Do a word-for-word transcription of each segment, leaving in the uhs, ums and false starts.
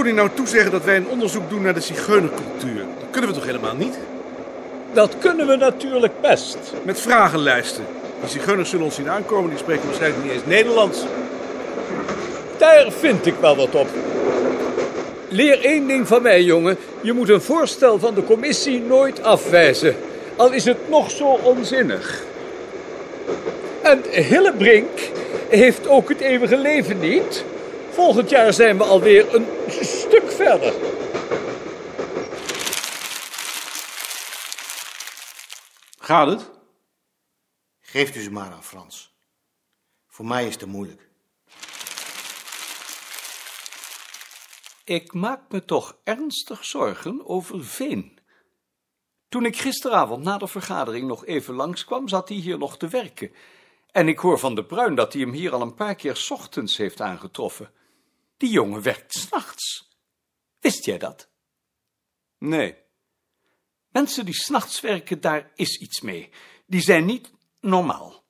koning nou toezeggen dat wij een onderzoek doen naar de zigeunercultuur? Dat kunnen we toch helemaal niet? Dat kunnen we natuurlijk best. Met vragenlijsten. Die zigeuners zullen ons zien aankomen, die spreken waarschijnlijk niet eens Nederlands. Daar vind ik wel wat op. Leer één ding van mij, jongen. Je moet een voorstel van de commissie nooit afwijzen. Al is het nog zo onzinnig. En Hillebrink heeft ook het eeuwige leven niet. Volgend jaar zijn we alweer een stuk verder. Gaat het? Geeft u ze maar aan Frans. Voor mij is het moeilijk. Ik maak me toch ernstig zorgen over Veen. Toen ik gisteravond na de vergadering nog even langskwam, zat hij hier nog te werken. En ik hoor van de Bruin dat hij hem hier al een paar keer 's ochtends heeft aangetroffen. Die jongen werkt 's nachts. Wist jij dat? Nee. Mensen die 's nachts werken, daar is iets mee. Die zijn niet normaal.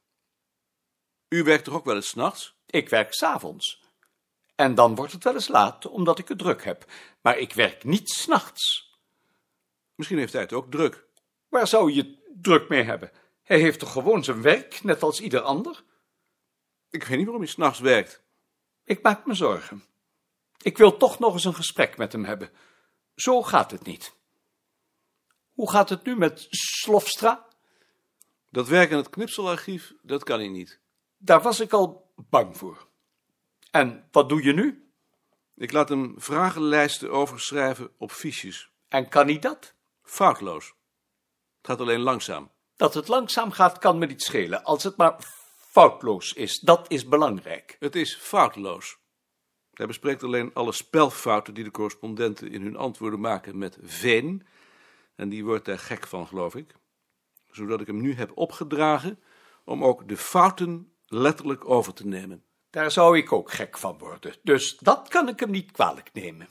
U werkt toch ook wel eens 's nachts? Ik werk 's avonds. En dan wordt het wel eens laat, omdat ik het druk heb. Maar ik werk niet 's nachts. Misschien heeft hij het ook druk. Waar zou je het druk mee hebben? Hij heeft toch gewoon zijn werk, net als ieder ander? Ik weet niet waarom hij 's nachts werkt. Ik maak me zorgen. Ik wil toch nog eens een gesprek met hem hebben. Zo gaat het niet. Hoe gaat het nu met Slofstra? Dat werk in het knipselarchief, dat kan hij niet. Daar was ik al bang voor. En wat doe je nu? Ik laat hem vragenlijsten overschrijven op fiches. En kan hij dat? Foutloos. Het gaat alleen langzaam. Dat het langzaam gaat, kan me niet schelen. Als het maar foutloos is, dat is belangrijk. Het is foutloos. Hij bespreekt alleen alle spelfouten die de correspondenten in hun antwoorden maken met Veen. En die wordt daar gek van, geloof ik. Zodat ik hem nu heb opgedragen om ook de fouten letterlijk over te nemen. Daar zou ik ook gek van worden. Dus dat kan ik hem niet kwalijk nemen.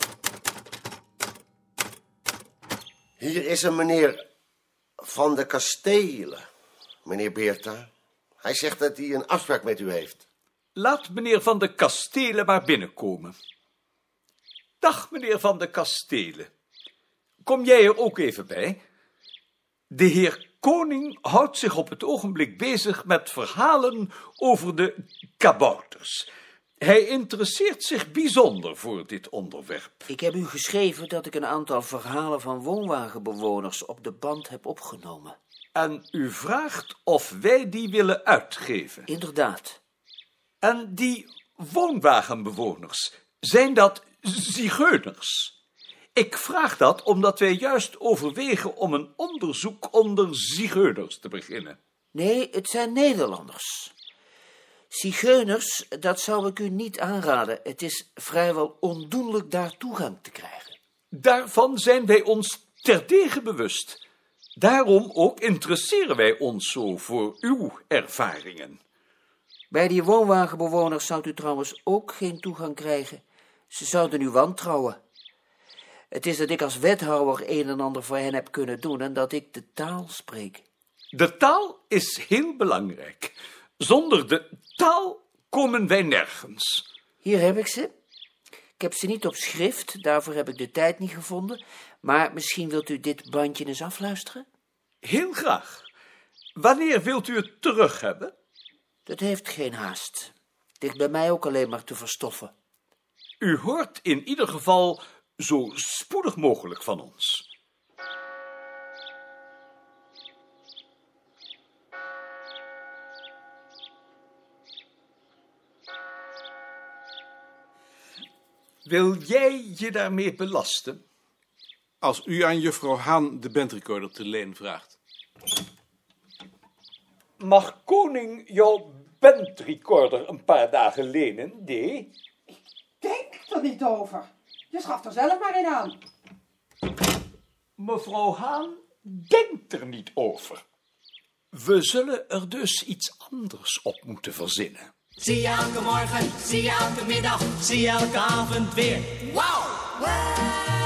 Hier is een meneer Van de Kastelen, meneer Beerta. Hij zegt dat hij een afspraak met u heeft. Laat meneer Van de Kastelen maar binnenkomen. Dag, meneer Van de Kastelen. Kom jij er ook even bij? De heer Koning houdt zich op het ogenblik bezig met verhalen over de kabouters. Hij interesseert zich bijzonder voor dit onderwerp. Ik heb u geschreven dat ik een aantal verhalen van woonwagenbewoners op de band heb opgenomen. En u vraagt of wij die willen uitgeven. Inderdaad. En die woonwagenbewoners, zijn dat zigeuners? Ik vraag dat omdat wij juist overwegen om een onderzoek onder zigeuners te beginnen. Nee, het zijn Nederlanders. Zigeuners, dat zou ik u niet aanraden. Het is vrijwel ondoenlijk daar toegang te krijgen. Daarvan zijn wij ons terdege bewust. Daarom ook interesseren wij ons zo voor uw ervaringen. Bij die woonwagenbewoners zou u trouwens ook geen toegang krijgen. Ze zouden u wantrouwen. Het is dat ik als wethouder een en ander voor hen heb kunnen doen en dat ik de taal spreek. De taal is heel belangrijk. Zonder de taal komen wij nergens. Hier heb ik ze. Ik heb ze niet op schrift, daarvoor heb ik de tijd niet gevonden. Maar misschien wilt u dit bandje eens afluisteren? Heel graag. Wanneer wilt u het terug hebben? Dat heeft geen haast. Het ligt bij mij ook alleen maar te verstoffen. U hoort in ieder geval zo spoedig mogelijk van ons. Wil jij je daarmee belasten? Als u aan juffrouw Haan de bandrecorder te leen vraagt. Mag Koning jouw bandrecorder een paar dagen lenen, D? Denk er niet over. Je schaft er zelf maar een aan. Mevrouw Haan denkt er niet over. We zullen er dus iets anders op moeten verzinnen. Zie je elke morgen, zie je elke middag, zie je elke avond weer. Wauw! Wow,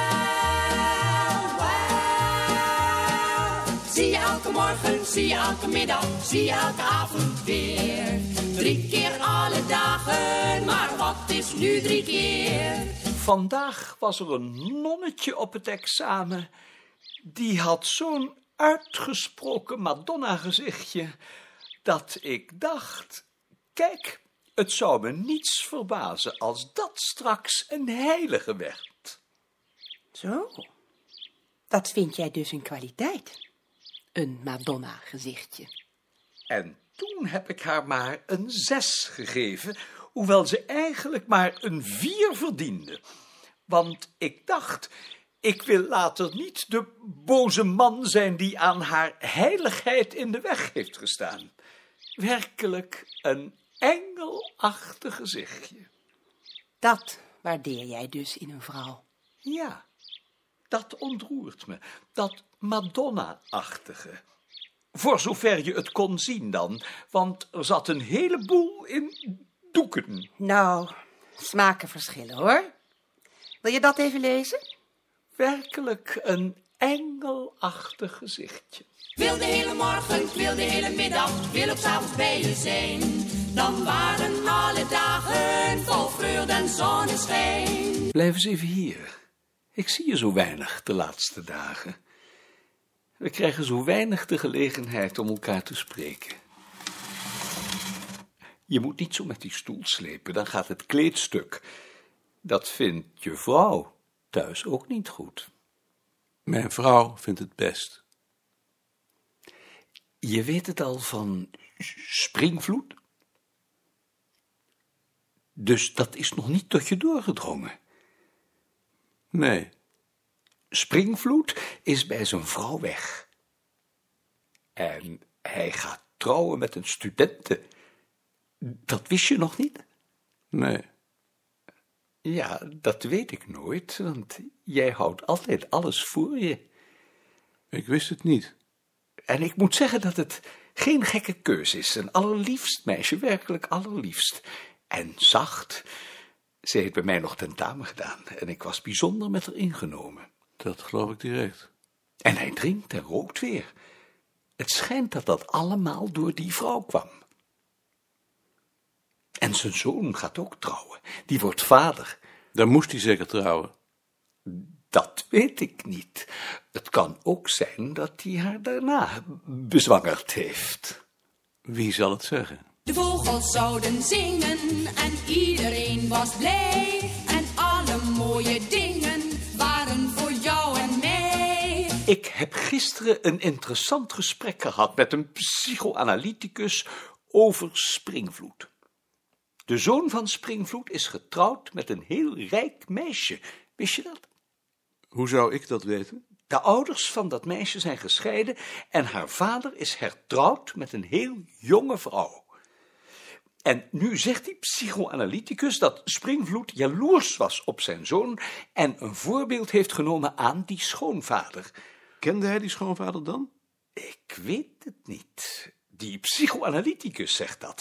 wow. Zie je elke morgen, zie je elke middag, zie je elke avond weer. Drie keer alle dagen, maar wat is nu drie keer? vandaag was er een nonnetje op het examen. Die had zo'n uitgesproken Madonna-gezichtje, dat ik dacht, kijk, het zou me niets verbazen als dat straks een heilige werd. Zo, dat vind jij dus een kwaliteit. Een Madonna-gezichtje. En toen heb ik haar maar een zes gegeven, hoewel ze eigenlijk maar een vier verdiende. Want ik dacht, ik wil later niet de boze man zijn die aan haar heiligheid in de weg heeft gestaan. Werkelijk een engelachtig gezichtje. Dat waardeer jij dus in een vrouw. Ja, dat ontroert me, dat Madonna-achtige. Voor zover je het kon zien dan, want er zat een heleboel in doeken. Nou, smaken verschillen hoor. Wil je dat even lezen? Werkelijk een engelachtig gezichtje. Wil de hele morgen, ik wil de hele middag, wil ook 's avonds bij je zijn. Dan waren alle dagen vol vreugde en zonneschijn. Blijf eens even hier. Ik zie je zo weinig de laatste dagen. We krijgen zo weinig de gelegenheid om elkaar te spreken. Je moet niet zo met die stoel slepen, dan gaat het kleed stuk. Dat vindt je vrouw thuis ook niet goed. Mijn vrouw vindt het best. Je weet het al van springvloed? Dus dat is nog niet tot je doorgedrongen. Nee. Springvloed is bij zijn vrouw weg. En hij gaat trouwen met een studente. Dat wist je nog niet? Nee. Ja, dat weet ik nooit, want jij houdt altijd alles voor je. Ik wist het niet. En ik moet zeggen dat het geen gekke keus is. Een allerliefst meisje, werkelijk allerliefst. En zacht. Ze heeft bij mij nog tentamen gedaan en ik was bijzonder met haar ingenomen. Dat geloof ik direct. En hij drinkt en rookt weer. Het schijnt dat dat allemaal door die vrouw kwam. En zijn zoon gaat ook trouwen. Die wordt vader. Dan moest hij zeker trouwen. Dat weet ik niet. Het kan ook zijn dat hij haar daarna bezwangerd heeft. Wie zal het zeggen? De vogels zouden zingen en iedereen was blij. En alle mooie dingen waren voor jou en mij. Ik heb gisteren een interessant gesprek gehad met een psychoanalyticus over Springvloed. De zoon van Springvloed is getrouwd met een heel rijk meisje. Wist je dat? Hoe zou ik dat weten? De ouders van dat meisje zijn gescheiden en haar vader is hertrouwd met een heel jonge vrouw. En nu zegt die psychoanalyticus dat Springvloed jaloers was op zijn zoon en een voorbeeld heeft genomen aan die schoonvader. Kende hij die schoonvader dan? Ik weet het niet. Die psychoanalyticus zegt dat.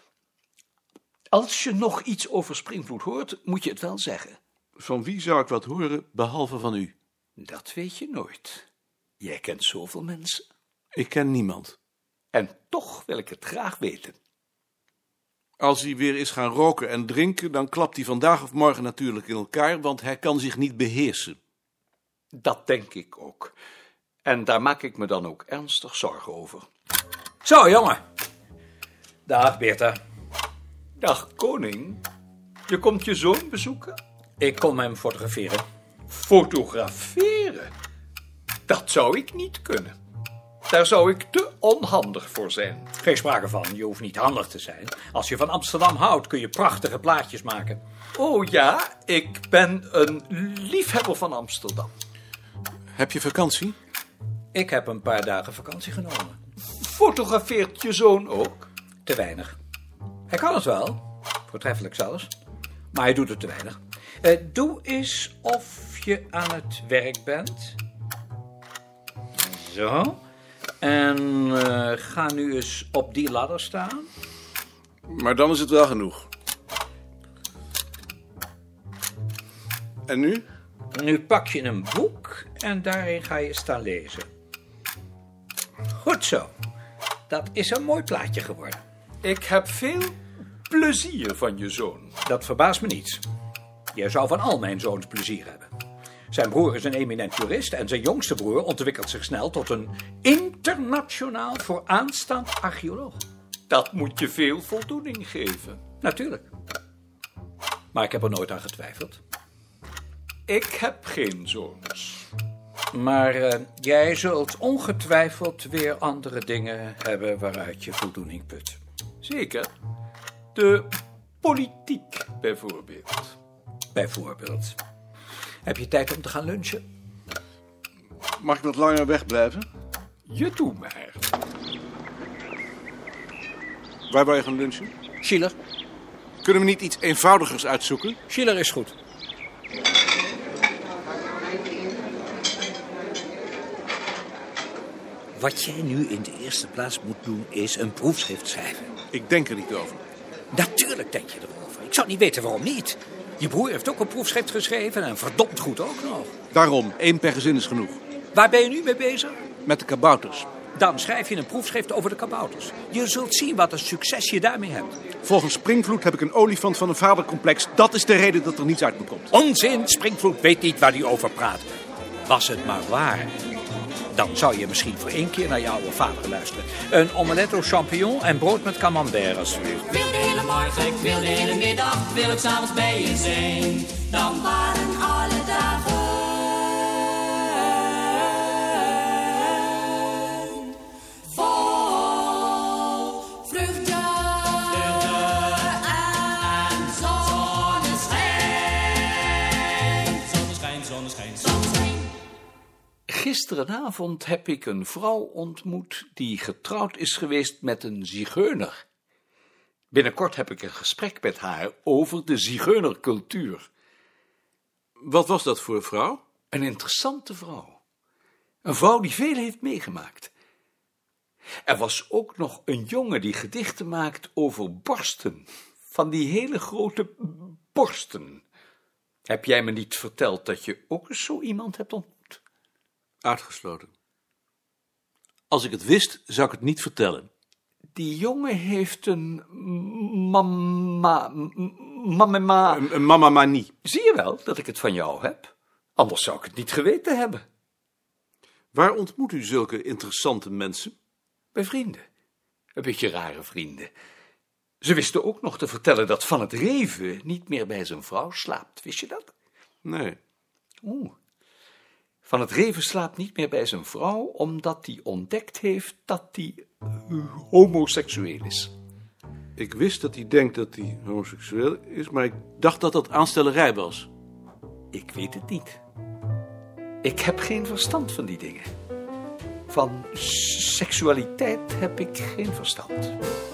Als je nog iets over Springvloed hoort, moet je het wel zeggen. Van wie zou ik wat horen, behalve van u? Dat weet je nooit. Jij kent zoveel mensen. Ik ken niemand. En toch wil ik het graag weten. Als hij weer is gaan roken en drinken, dan klapt hij vandaag of morgen natuurlijk in elkaar, want hij kan zich niet beheersen. Dat denk ik ook. En daar maak ik me dan ook ernstig zorgen over. Zo, jongen. Dag, Beerta. Dag, koning. Je komt je zoon bezoeken? Ik kom hem fotograferen. Fotograferen? Dat zou ik niet kunnen. Daar zou ik te onhandig voor zijn. Geen sprake van, je hoeft niet handig te zijn. Als je van Amsterdam houdt, kun je prachtige plaatjes maken. Oh ja, ik ben een liefhebber van Amsterdam. Heb je vakantie? Ik heb een paar dagen vakantie genomen. Fotografeert je zoon ook? Te weinig. Hij kan het wel, voortreffelijk zelfs, maar hij doet het te weinig. Uh, doe eens of je aan het werk bent. Zo. En uh, ga nu eens op die ladder staan. Maar dan is het wel genoeg. En nu? Nu pak je een boek en daarin ga je staan lezen. Goed zo. Dat is een mooi plaatje geworden. Ik heb veel plezier van je zoon. Dat verbaast me niet. Je zou van al mijn zoons plezier hebben. Zijn broer is een eminent jurist en zijn jongste broer ontwikkelt zich snel tot een internationaal vooraanstaand archeoloog. Dat moet je veel voldoening geven. Natuurlijk. Maar ik heb er nooit aan getwijfeld. Ik heb geen zoons. Maar uh, jij zult ongetwijfeld weer andere dingen hebben waaruit je voldoening put. Zeker. De politiek bijvoorbeeld. Bijvoorbeeld. Heb je tijd om te gaan lunchen? Mag ik wat langer wegblijven? Je doet maar. Waar wou je gaan lunchen? Schiller. Kunnen we niet iets eenvoudigers uitzoeken? Schiller is goed. Wat jij nu in de eerste plaats moet doen is een proefschrift schrijven. Ik denk er niet over. Natuurlijk denk je erover. Ik zou niet weten waarom niet. Je broer heeft ook een proefschrift geschreven en verdomd goed ook nog. Daarom, één per gezin is genoeg. Waar ben je nu mee bezig? Met de kabouters. Dan schrijf je een proefschrift over de kabouters. Je zult zien wat een succes je daarmee hebt. Volgens Springvloed heb ik een olifant van een vadercomplex. Dat is de reden dat er niets uit me komt. Onzin, Springvloed weet niet waar hij over praat. Was het maar waar. Dan zou je misschien voor één keer naar je oude vader luisteren. Een omelet au champignon en brood met camembert, alsjeblieft. Ik wil de hele morgen, ik wil de hele middag, wil ik s'avonds bij je zijn. Dan waren alle dagen vol vreugde en zonneschijn. Zonneschijn, zonneschijn, zonneschijn. Gisterenavond heb ik een vrouw ontmoet die getrouwd is geweest met een zigeuner. Binnenkort heb ik een gesprek met haar over de zigeunercultuur. Wat was dat voor een vrouw? Een interessante vrouw. Een vrouw die veel heeft meegemaakt. Er was ook nog een jongen die gedichten maakt over borsten. Van die hele grote borsten. Heb jij me niet verteld dat je ook eens zo iemand hebt ontmoet? Uitgesloten. Als ik het wist, zou ik het niet vertellen. Die jongen heeft een mama... mama... Een, een mama manie. Zie je wel dat ik het van jou heb? Anders zou ik het niet geweten hebben. Waar ontmoet u zulke interessante mensen? Bij vrienden. Een beetje rare vrienden. Ze wisten ook nog te vertellen dat Van het Reven niet meer bij zijn vrouw slaapt. Wist je dat? Nee. Oeh. Van het Reven slaapt niet meer bij zijn vrouw, omdat hij ontdekt heeft dat hij uh, homoseksueel is. Ik wist dat hij denkt dat hij homoseksueel is, maar ik dacht dat dat aanstellerij was. Ik weet het niet. Ik heb geen verstand van die dingen. Van seksualiteit heb ik geen verstand.